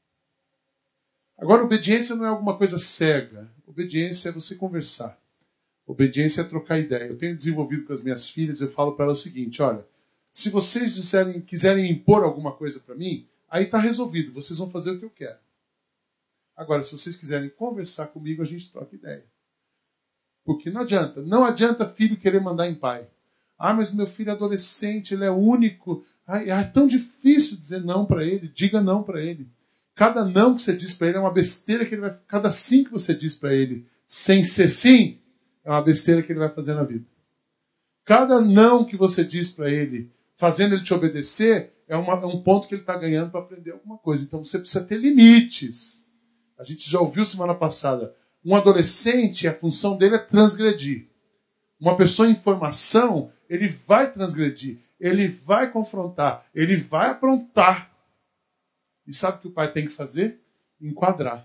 Agora, obediência não é alguma coisa cega. Obediência é você conversar. Obediência é trocar ideia. Eu tenho desenvolvido com as minhas filhas, eu falo para elas o seguinte, olha, se vocês quiserem impor alguma coisa para mim, aí está resolvido, vocês vão fazer o que eu quero. Agora, se vocês quiserem conversar comigo, a gente troca ideia. Porque não adianta filho querer mandar em pai. Ah, mas meu filho é adolescente, ele é único. É tão difícil dizer não para ele, diga não para ele. Cada não que você diz para ele é uma besteira que ele vai... Cada sim que você diz para ele, sem ser sim, é uma besteira que ele vai fazer na vida. Cada não que você diz para ele, fazendo ele te obedecer, é um ponto que ele está ganhando para aprender alguma coisa. Então você precisa ter limites. A gente já ouviu semana passada. Um adolescente, a função dele é transgredir. Uma pessoa em formação, ele vai transgredir. Ele vai confrontar. Ele vai aprontar. E sabe o que o pai tem que fazer? Enquadrar.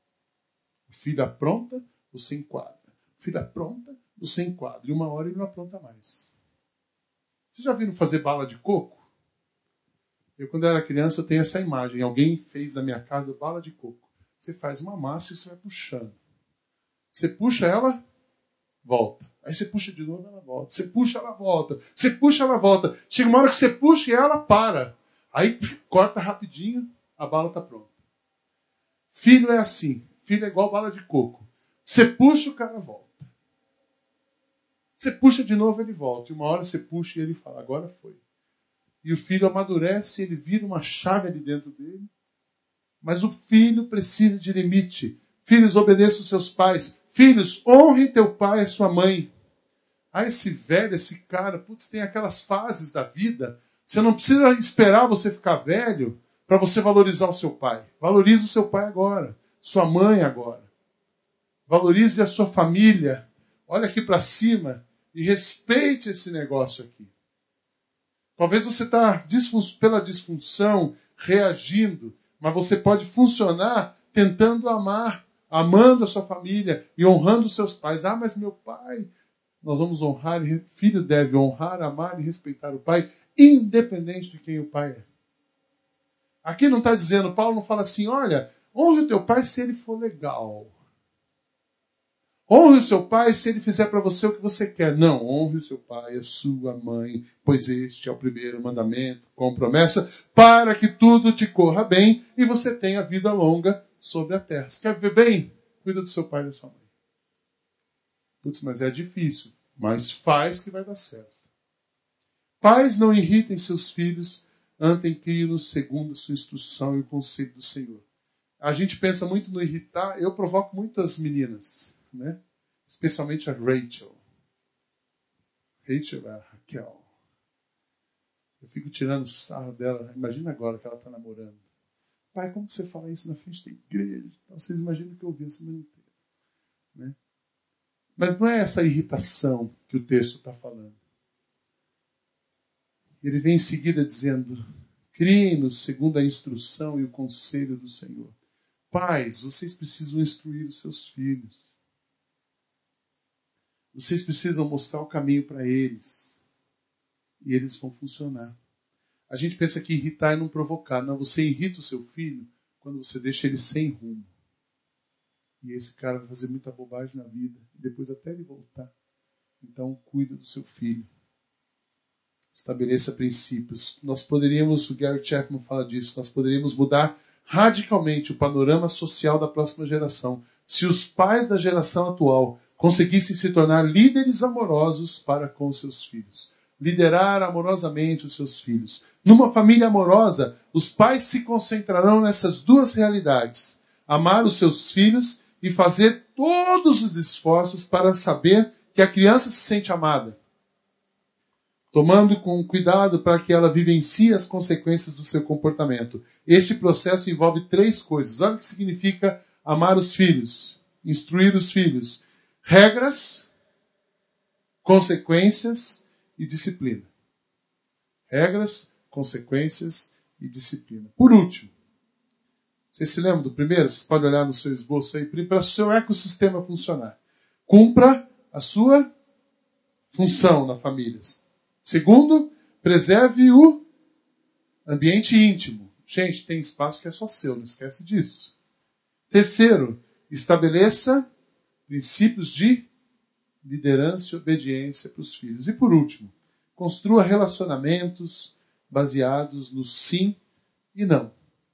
O filho apronta, você enquadra. O filho apronta, você enquadra. E uma hora ele não apronta mais. Vocês já viram fazer bala de coco? Eu, quando era criança, eu tenho essa imagem. Alguém fez na minha casa bala de coco. Você faz uma massa e você vai puxando. Você puxa ela, volta. Aí você puxa de novo, ela volta. Você puxa, ela volta. Você puxa, ela volta. Chega uma hora que você puxa e ela para. Aí corta rapidinho, a bala está pronta. Filho é assim. Filho é igual bala de coco. Você puxa, o cara volta. Você puxa de novo, ele volta. E uma hora você puxa e ele fala, agora foi. E o filho amadurece, ele vira uma chave ali dentro dele. Mas o filho precisa de limite. Filhos, obedeçam os seus pais. Filhos, honrem teu pai e sua mãe. Ah, esse velho, esse cara, putz, tem aquelas fases da vida. Você não precisa esperar você ficar velho para você valorizar o seu pai. Valorize o seu pai agora. Sua mãe agora. Valorize a sua família. Olha aqui para cima e respeite esse negócio aqui. Talvez você está pela disfunção, reagindo, mas você pode funcionar tentando amar, amando a sua família e honrando os seus pais. Ah, mas meu pai... Nós vamos honrar, filho deve honrar, amar e respeitar o pai, independente de quem o pai é. Aqui não está dizendo, Paulo não fala assim, olha, honre o teu pai se ele for legal. Honre o seu pai se ele fizer para você o que você quer. Não, honre o seu pai, a sua mãe, pois este é o primeiro mandamento, com promessa, para que tudo te corra bem e você tenha vida longa sobre a terra. Você quer viver bem? Cuida do seu pai e da sua mãe. Putz, mas é difícil. Mas faz que vai dar certo. Pais, não irritem seus filhos, antes criem-nos segundo a sua instrução e o conselho do Senhor. A gente pensa muito no irritar. Eu provoco muito as meninas, né? Especialmente a Rachel. Rachel é a Raquel. Eu fico tirando sarro dela. Imagina agora que ela está namorando. Pai, como você fala isso na frente da igreja? Vocês imaginam que eu ouvi a semana inteira, né? Mas não é essa irritação que o texto está falando. Ele vem em seguida dizendo, criem-nos segundo a instrução e o conselho do Senhor. Pais, vocês precisam instruir os seus filhos. Vocês precisam mostrar o caminho para eles. E eles vão funcionar. A gente pensa que irritar é não provocar. Não, você irrita o seu filho quando você deixa ele sem rumo. E esse cara vai fazer muita bobagem na vida. E depois até ele voltar. Então, cuida do seu filho. Estabeleça princípios. Nós poderíamos, o Gary Chapman fala disso, nós poderíamos mudar radicalmente o panorama social da próxima geração. Se os pais da geração atual conseguissem se tornar líderes amorosos para com seus filhos. Liderar amorosamente os seus filhos. Numa família amorosa, os pais se concentrarão nessas duas realidades: amar os seus filhos e fazer todos os esforços para saber que a criança se sente amada, tomando com cuidado para que ela vivencie as consequências do seu comportamento. Este processo envolve 3 coisas. Olha o que significa amar os filhos, instruir os filhos: regras, consequências e disciplina. Regras, consequências e disciplina. Por último, vocês se lembram do primeiro? Vocês podem olhar no seu esboço aí. Para o seu ecossistema funcionar, cumpra a sua função na família. Segundo, preserve o ambiente íntimo. Gente, tem espaço que é só seu, não esquece disso. Terceiro, estabeleça princípios de liderança e obediência para os filhos. E por último, construa relacionamentos baseados no sim e não.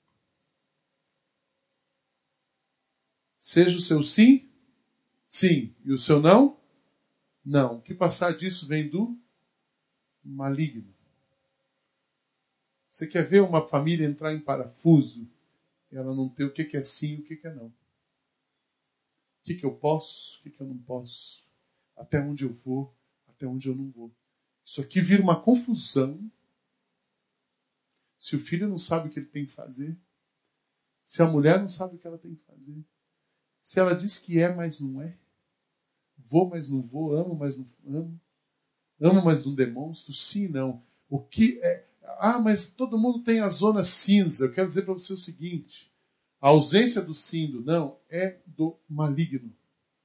Seja o seu sim, sim, e o seu não, não. O que passar disso vem do maligno. Você quer ver uma família entrar em parafuso e ela não ter o que é sim e o que é não? O que eu posso, o que eu não posso? Até onde eu vou, até onde eu não vou. Isso aqui vira uma confusão. Se o filho não sabe o que ele tem que fazer, se a mulher não sabe o que ela tem que fazer, se ela diz que é, mas não é, vou, mas não vou, amo, mas não amo, amo, mas não demonstro, sim, não. O que é? Mas todo mundo tem a zona cinza. Eu quero dizer para você o seguinte: a ausência do sim e do não é do maligno.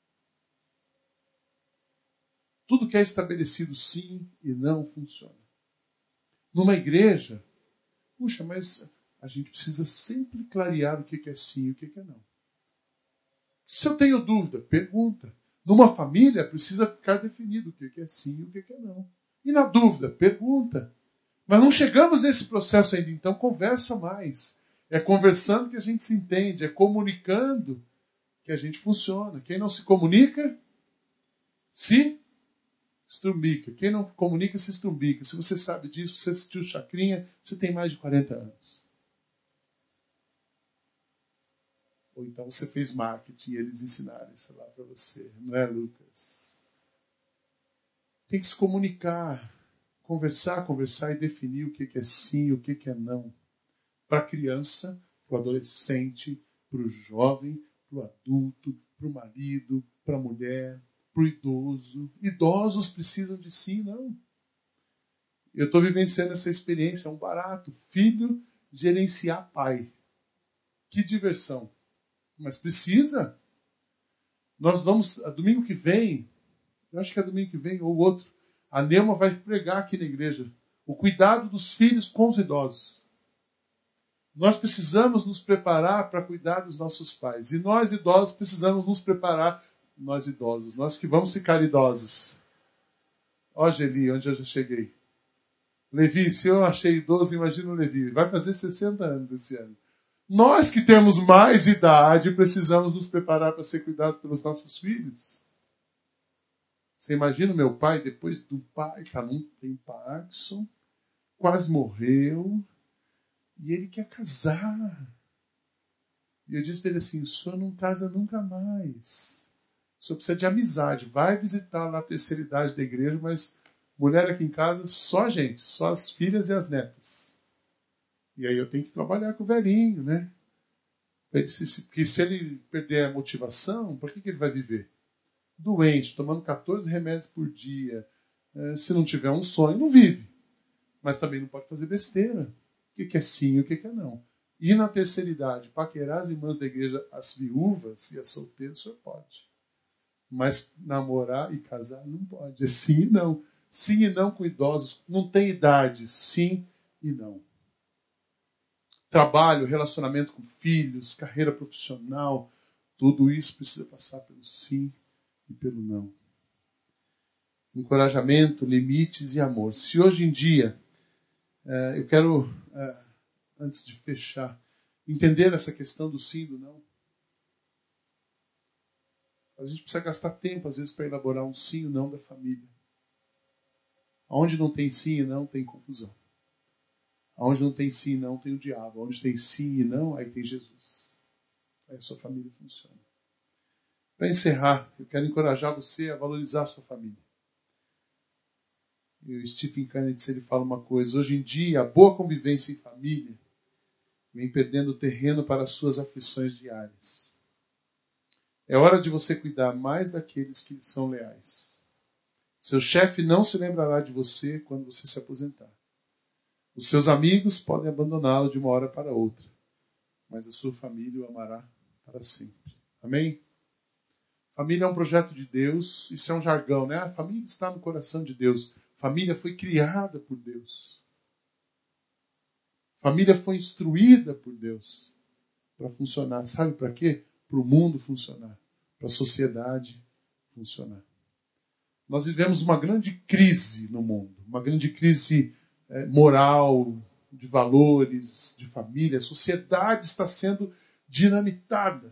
Tudo que é estabelecido sim e não funciona. Numa igreja, puxa, mas a gente precisa sempre clarear o que é sim e o que é não. Se eu tenho dúvida, pergunta. Numa família, precisa ficar definido o que é sim e o que é não. E na dúvida, pergunta. Mas não chegamos nesse processo ainda, então conversa mais. É conversando que a gente se entende, é comunicando que a gente funciona. Quem não se comunica, se estrumbica. Quem não comunica, se estrumbica. Se você sabe disso, você assistiu Chacrinha, você tem mais de 40 anos. Ou então você fez marketing e eles ensinaram isso lá para você. Não é, Lucas? Tem que se comunicar. Conversar e definir o que é sim e o que é não. Para a criança, para o adolescente, para o jovem, para o adulto, para o marido, para a mulher, para o idoso. Idosos precisam de sim e não. Eu estou vivenciando essa experiência, é um barato. Filho gerenciar pai. Que diversão. Mas precisa. Nós vamos, domingo que vem, eu acho que é domingo que vem ou outro, a Neuma vai pregar aqui na igreja o cuidado dos filhos com os idosos. Nós precisamos nos preparar para cuidar dos nossos pais. E nós, idosos, precisamos nos preparar, nós idosos, nós que vamos ficar idosos. Ó, Geli, onde eu já cheguei. Levi, se eu achei idoso, imagina o Levi. Vai fazer 60 anos esse ano. Nós que temos mais idade, precisamos nos preparar para ser cuidados pelos nossos filhos. Você imagina o meu pai, depois do pai, tem Parkinson, quase morreu, e ele quer casar. E eu disse para ele assim: o senhor não casa nunca mais. O senhor precisa de amizade. Vai visitar lá a terceira idade da igreja, mas mulher aqui em casa, só gente, só as filhas e as netas. E aí eu tenho que trabalhar com o velhinho, né? Porque se ele perder a motivação, por que ele vai viver? Doente, tomando 14 remédios por dia. Se não tiver um sonho, não vive. Mas também não pode fazer besteira. O que é sim e o que é não. E na terceira idade, paquerar as irmãs da igreja, as viúvas e as solteiras, o senhor pode. Mas namorar e casar não pode. É sim e não. Sim e não com idosos. Não tem idade. Sim e não. Trabalho, relacionamento com filhos, carreira profissional, tudo isso precisa passar pelo sim e pelo não. Encorajamento, limites e amor. Se hoje em dia, eu quero, antes de fechar, entender essa questão do sim e do não. A gente precisa gastar tempo, às vezes, para elaborar um sim ou não da família. Onde não tem sim e não, tem confusão. Onde não tem sim e não, tem o diabo. Onde tem sim e não, aí tem Jesus. Aí a sua família funciona. Para encerrar, eu quero encorajar você a valorizar a sua família. E o Stephen Kennedy, ele fala uma coisa: hoje em dia, a boa convivência em família vem perdendo terreno para as suas aflições diárias. É hora de você cuidar mais daqueles que são leais. Seu chefe não se lembrará de você quando você se aposentar. Os seus amigos podem abandoná-lo de uma hora para outra, mas a sua família o amará para sempre. Amém? Família é um projeto de Deus. Isso é um jargão, né? A família está no coração de Deus. Família foi criada por Deus. Família foi instruída por Deus para funcionar. Sabe para quê? Para o mundo funcionar, para a sociedade funcionar. Nós vivemos uma grande crise no mundo, uma grande crise moral, de valores, de família. A sociedade está sendo dinamitada.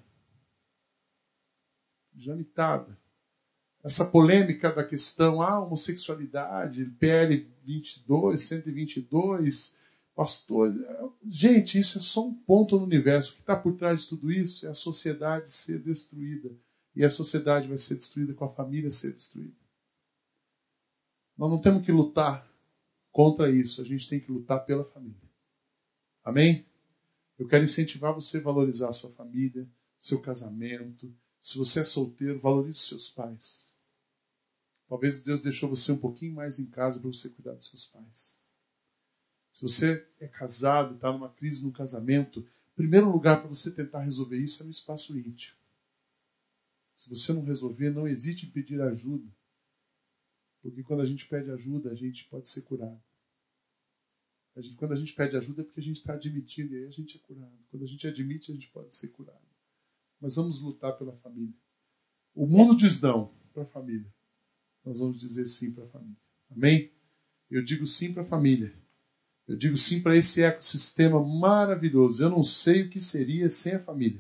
Essa polêmica da questão homossexualidade, PL 22, 122, pastor. Gente, isso é só um ponto no universo. O que está por trás de tudo isso é a sociedade ser destruída. E a sociedade vai ser destruída com a família ser destruída. Nós não temos que lutar contra isso. A gente tem que lutar pela família. Amém? Eu quero incentivar você a valorizar a sua família, seu casamento. Se você é solteiro, valorize os seus pais. Talvez Deus deixou você um pouquinho mais em casa para você cuidar dos seus pais. Se você é casado e está numa crise no casamento, o primeiro lugar para você tentar resolver isso é no espaço íntimo. Se você não resolver, não hesite em pedir ajuda. Porque quando a gente pede ajuda, a gente pode ser curado. Quando a gente pede ajuda é porque a gente está admitindo e aí a gente é curado. Quando a gente admite, a gente pode ser curado. Mas vamos lutar pela família. O mundo diz não para a família. Nós vamos dizer sim para a família. Amém? Eu digo sim para a família. Eu digo sim para esse ecossistema maravilhoso. Eu não sei o que seria sem a família.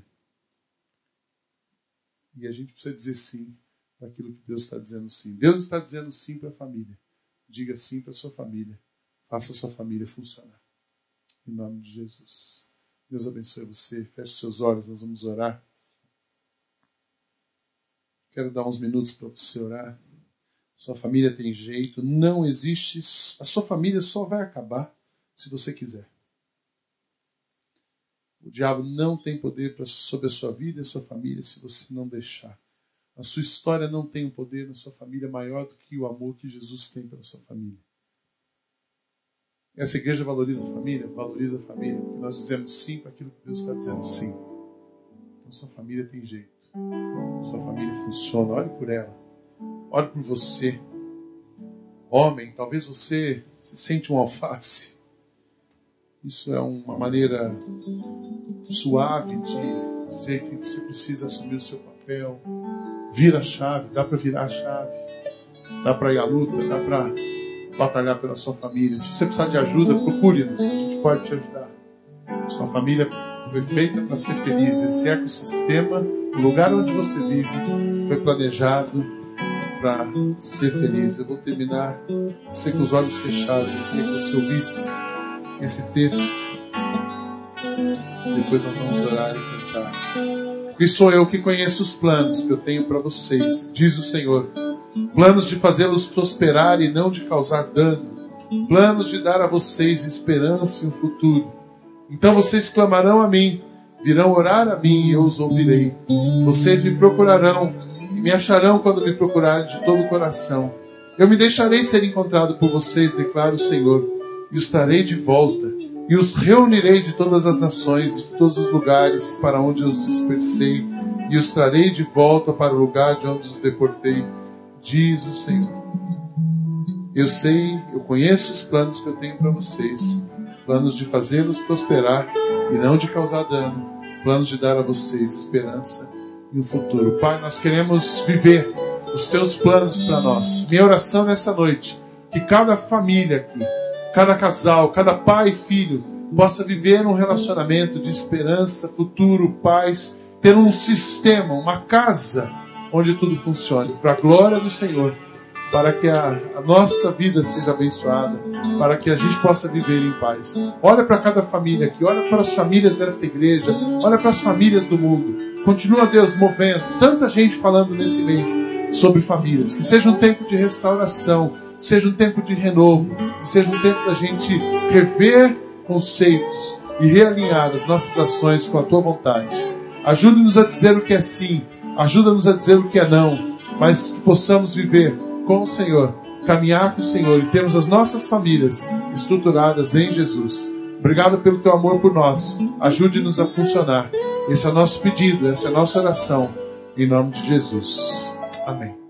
E a gente precisa dizer sim para aquilo que Deus está dizendo sim. Deus está dizendo sim para a família. Diga sim para a sua família. Faça a sua família funcionar. Em nome de Jesus. Deus abençoe você. Feche seus olhos, nós vamos orar. Quero dar uns minutos para você orar. Sua família tem jeito. Não existe. A sua família só vai acabar se você quiser. O diabo não tem poder sobre a sua vida e a sua família se você não deixar. A sua história não tem um poder na sua família maior do que o amor que Jesus tem pela sua família. Essa igreja valoriza a família? Valoriza a família. Porque nós dizemos sim para aquilo que Deus está dizendo sim. Então sua família tem jeito. Sua família funciona. Ore por ela. Ore por você. Homem, talvez você se sente um alface. Isso é uma maneira suave de dizer que você precisa assumir o seu papel. Vira a chave. Dá para virar a chave. Dá para ir à luta. Dá para batalhar pela sua família. Se você precisar de ajuda, procure-nos. A gente pode te ajudar. Sua família foi feita para ser feliz. Esse ecossistema, o lugar onde você vive, foi planejado para ser feliz. Eu vou terminar você com os olhos fechados. Eu queria que você ouvisse esse texto. Depois nós vamos orar e cantar. Porque sou eu que conheço os planos que eu tenho para vocês, diz o Senhor. Planos de fazê-los prosperar e não de causar dano. Planos de dar a vocês esperança e um futuro. Então vocês clamarão a mim, virão orar a mim e eu os ouvirei. Vocês me procurarão e me acharão quando me procurarem de todo o coração. Eu me deixarei ser encontrado por vocês, declara o Senhor, e os trarei de volta. E os reunirei de todas as nações, de todos os lugares para onde eu os dispersei, e os trarei de volta para o lugar de onde os deportei, diz o Senhor. Eu sei, eu conheço os planos que eu tenho para vocês, planos de fazê-los prosperar e não de causar dano, planos de dar a vocês esperança e um futuro. Pai, nós queremos viver os teus planos para nós. Minha oração nessa noite, que cada família aqui, cada casal, cada pai e filho possa viver um relacionamento de esperança, futuro, paz, ter um sistema, uma casa onde tudo funcione, para a glória do Senhor, para que a nossa vida seja abençoada, para que a gente possa viver em paz. Olha para cada família aqui, olha para as famílias desta igreja, olha para as famílias do mundo. Continua, Deus, movendo. Tanta gente falando nesse mês sobre famílias. Que seja um tempo de restauração, que seja um tempo de renovo, que seja um tempo da gente rever conceitos e realinhar as nossas ações com a Tua vontade. Ajude-nos a dizer o que é sim, ajuda-nos a dizer o que é não, mas que possamos viver com o Senhor, caminhar com o Senhor e termos as nossas famílias estruturadas em Jesus. Obrigado pelo Teu amor por nós. Ajude-nos a funcionar. Esse é o nosso pedido, essa é a nossa oração. Em nome de Jesus. Amém.